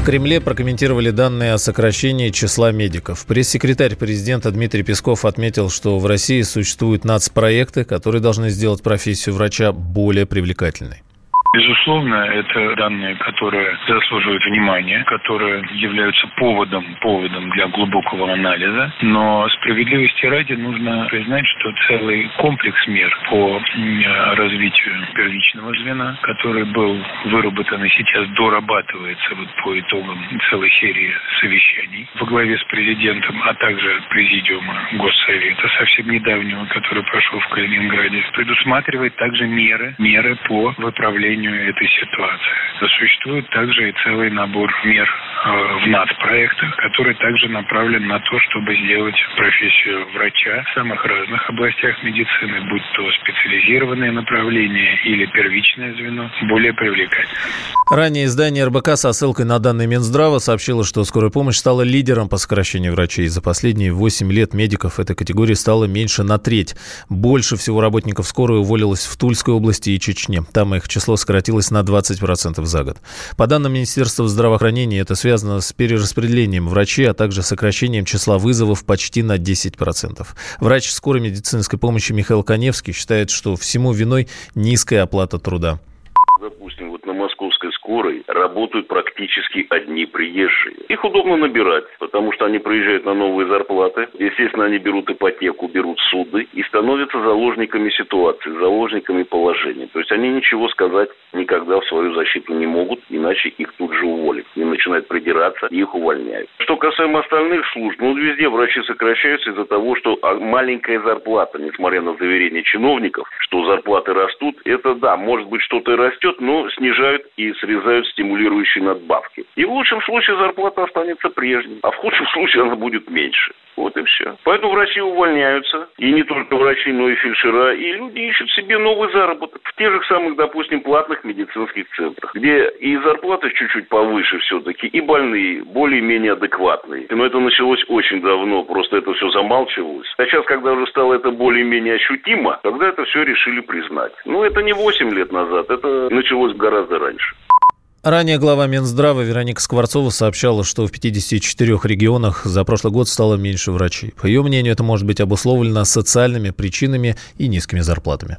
В Кремле прокомментировали данные о сокращении числа медиков. Пресс-секретарь президента Дмитрий Песков отметил, что в России существуют нацпроекты, которые должны сделать профессию врача более привлекательной. Безусловно, это данные, которые заслуживают внимания, которые являются поводом для глубокого анализа. Но справедливости ради нужно признать, что целый комплекс мер по развитию первичного звена, который был выработан и сейчас дорабатывается по итогам целой серии совещаний во главе с президентом, а также президиума Госсовета совсем недавнего, который прошел в Калининграде, предусматривает также меры по выправлению этой ситуации. Существует также и целый набор мер в нацпроектах, который также направлен на то, чтобы сделать профессию врача в самых разных областях медицины, будь то специализированные направления или первичное звено, более привлекательным. Ранее издание РБК со ссылкой на данные Минздрава сообщило, что скорая помощь стала лидером по сокращению врачей. За последние 8 лет медиков этой категории стало меньше на треть. Больше всего работников скорой уволилось в Тульской области и Чечне. Там их число сократилось на 20% за год. По данным Министерства здравоохранения, это связано с перераспределением врачей, а также сокращением числа вызовов почти на 10%. Врач скорой медицинской помощи Михаил Каневский считает, что всему виной низкая оплата труда. Допустим, на московской скорой работают практически одни приезжие. Их удобно набирать, потому что они приезжают на новые зарплаты. Естественно, они берут ипотеку, берут суды и становятся заложниками ситуации, заложниками положения. То есть они ничего сказать никогда в свою защиту не могут, иначе их тут же уволят. Им начинают придираться, и их увольняют. Что касаемо остальных служб, везде врачи сокращаются из-за того, что маленькая зарплата, несмотря на заверения чиновников, что зарплаты растут, это да, может быть что-то и растет, но снижают и срезают стимулирующие надбавки. И в лучшем случае зарплата останется прежней, а в худшем случае она будет меньше. Вот и все. Поэтому врачи увольняются, и не только врачи, но и фельдшера, и люди ищут себе новый заработок в тех же самых, допустим, платных медицинских центрах, где и зарплаты чуть-чуть повыше все-таки, и больные более-менее адекватные. Но это началось очень давно, просто это все замалчивалось. А сейчас, когда уже стало это более-менее ощутимо, тогда это все решили признать. Это не 8 лет назад, это началось гораздо раньше. Ранее глава Минздрава Вероника Скворцова сообщала, что в 54 регионах за прошлый год стало меньше врачей. По ее мнению, это может быть обусловлено социальными причинами и низкими зарплатами.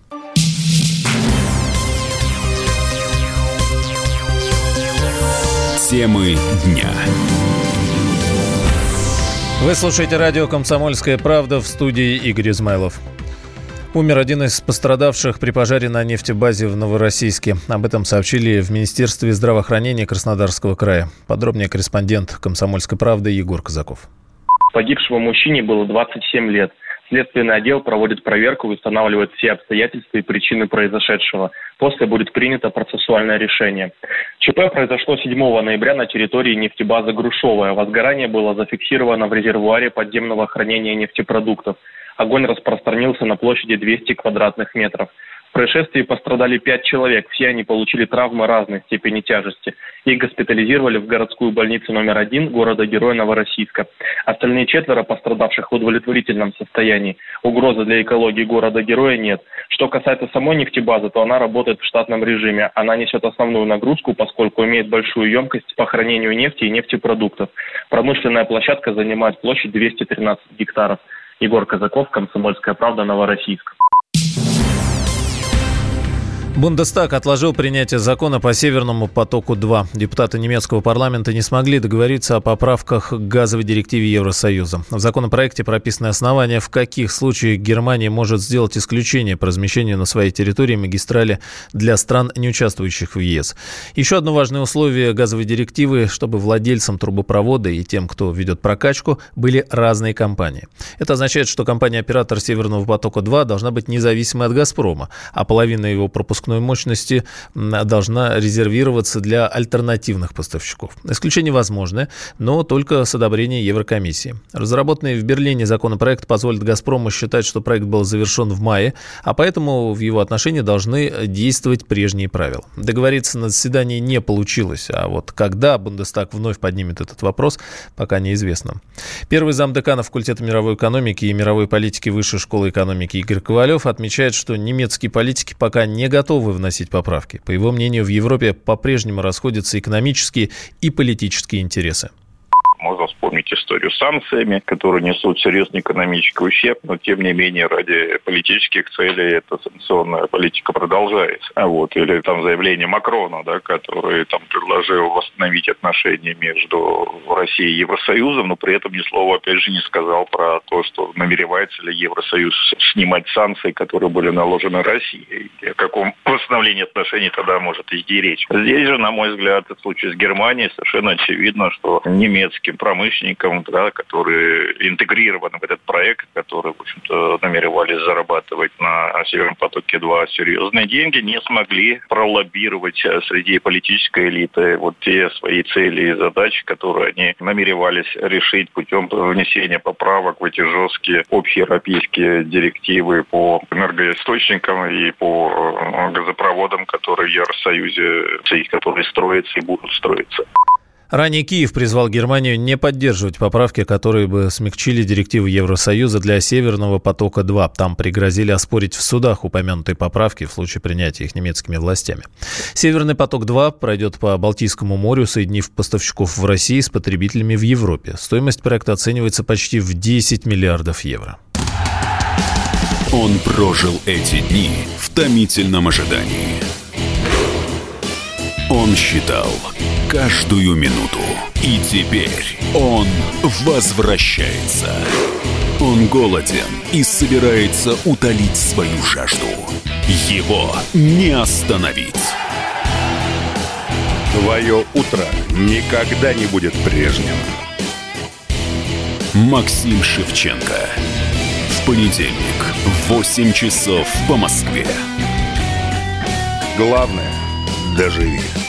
Темы дня. Вы слушаете радио «Комсомольская правда», в студии Игорь Измайлов. Умер один из пострадавших при пожаре на нефтебазе в Новороссийске. Об этом сообщили в Министерстве здравоохранения Краснодарского края. Подробнее корреспондент «Комсомольской правды» Егор Казаков. Погибшему мужчине было 27 лет. Следственный отдел проводит проверку и устанавливает все обстоятельства и причины произошедшего. После будет принято процессуальное решение. ЧП произошло 7 ноября на территории нефтебазы «Грушевая». Возгорание было зафиксировано в резервуаре подземного хранения нефтепродуктов. Огонь распространился на площади 200 квадратных метров. В происшествии пострадали 5 человек. Все они получили травмы разной степени тяжести. Их госпитализировали в городскую больницу номер 1 города-героя Новороссийска. Остальные 4 пострадавших в удовлетворительном состоянии. Угрозы для экологии города-героя нет. Что касается самой нефтебазы, то она работает в штатном режиме. Она несет основную нагрузку, поскольку имеет большую емкость по хранению нефти и нефтепродуктов. Промышленная площадка занимает площадь 213 гектаров. Егор Казаков, «Комсомольская правда», Новороссийск. Бундестаг отложил принятие закона по Северному потоку-2. Депутаты немецкого парламента не смогли договориться о поправках к газовой директиве Евросоюза. В законопроекте прописаны основания, в каких случаях Германия может сделать исключение по размещению на своей территории магистрали для стран, не участвующих в ЕС. Еще одно важное условие газовой директивы, чтобы владельцам трубопровода и тем, кто ведет прокачку, были разные компании. Это означает, что компания-оператор Северного потока-2 должна быть независимой от «Газпрома», а половина его пропускной мощности должна резервироваться для альтернативных поставщиков. Исключение возможно, но только с одобрения Еврокомиссии. Разработанный в Берлине законопроект позволит «Газпрому» считать, что проект был завершен в мае, а поэтому в его отношении должны действовать прежние правила. Договориться на заседании не получилось, а вот когда Бундестаг вновь поднимет этот вопрос, пока неизвестно. Первый замдекана факультета мировой экономики и мировой политики Высшей школы экономики Игорь Ковалев отмечает, что немецкие политики пока не готовы готовы вносить поправки. По его мнению, в Европе по-прежнему расходятся экономические и политические интересы. Можно вспомнить историю с санкциями, которые несут серьезный экономический ущерб, но тем не менее ради политических целей эта санкционная политика продолжается. Или там заявление Макрона, который там предложил восстановить отношения между Россией и Евросоюзом, но при этом ни слова, опять же, не сказал про то, что намеревается ли Евросоюз снимать санкции, которые были наложены России. И о каком восстановлении отношений тогда может идти речь. Здесь же, на мой взгляд, в случае с Германией совершенно очевидно, что немецким промышленникам, которые интегрированы в этот проект, которые, в общем-то, намеревались зарабатывать на Северном потоке-2 серьезные деньги, не смогли пролоббировать среди политической элиты те свои цели и задачи, которые они намеревались решить путем внесения поправок в эти жесткие общеевропейские директивы по энергоисточникам и по газопроводам, которые в Евросоюзе, которые строятся и будут строиться. Ранее Киев призвал Германию не поддерживать поправки, которые бы смягчили директивы Евросоюза для Северного потока-2. Там пригрозили оспорить в судах упомянутые поправки в случае принятия их немецкими властями. Северный поток-2 пройдет по Балтийскому морю, соединив поставщиков в России с потребителями в Европе. Стоимость проекта оценивается почти в 10 миллиардов евро. Он прожил эти дни в томительном ожидании. Он считал каждую минуту. И теперь он возвращается. Он голоден и собирается утолить свою жажду. Его не остановить. Твое утро никогда не будет прежним. Максим Шевченко. В понедельник в 8 часов по Москве. Главное – доживи.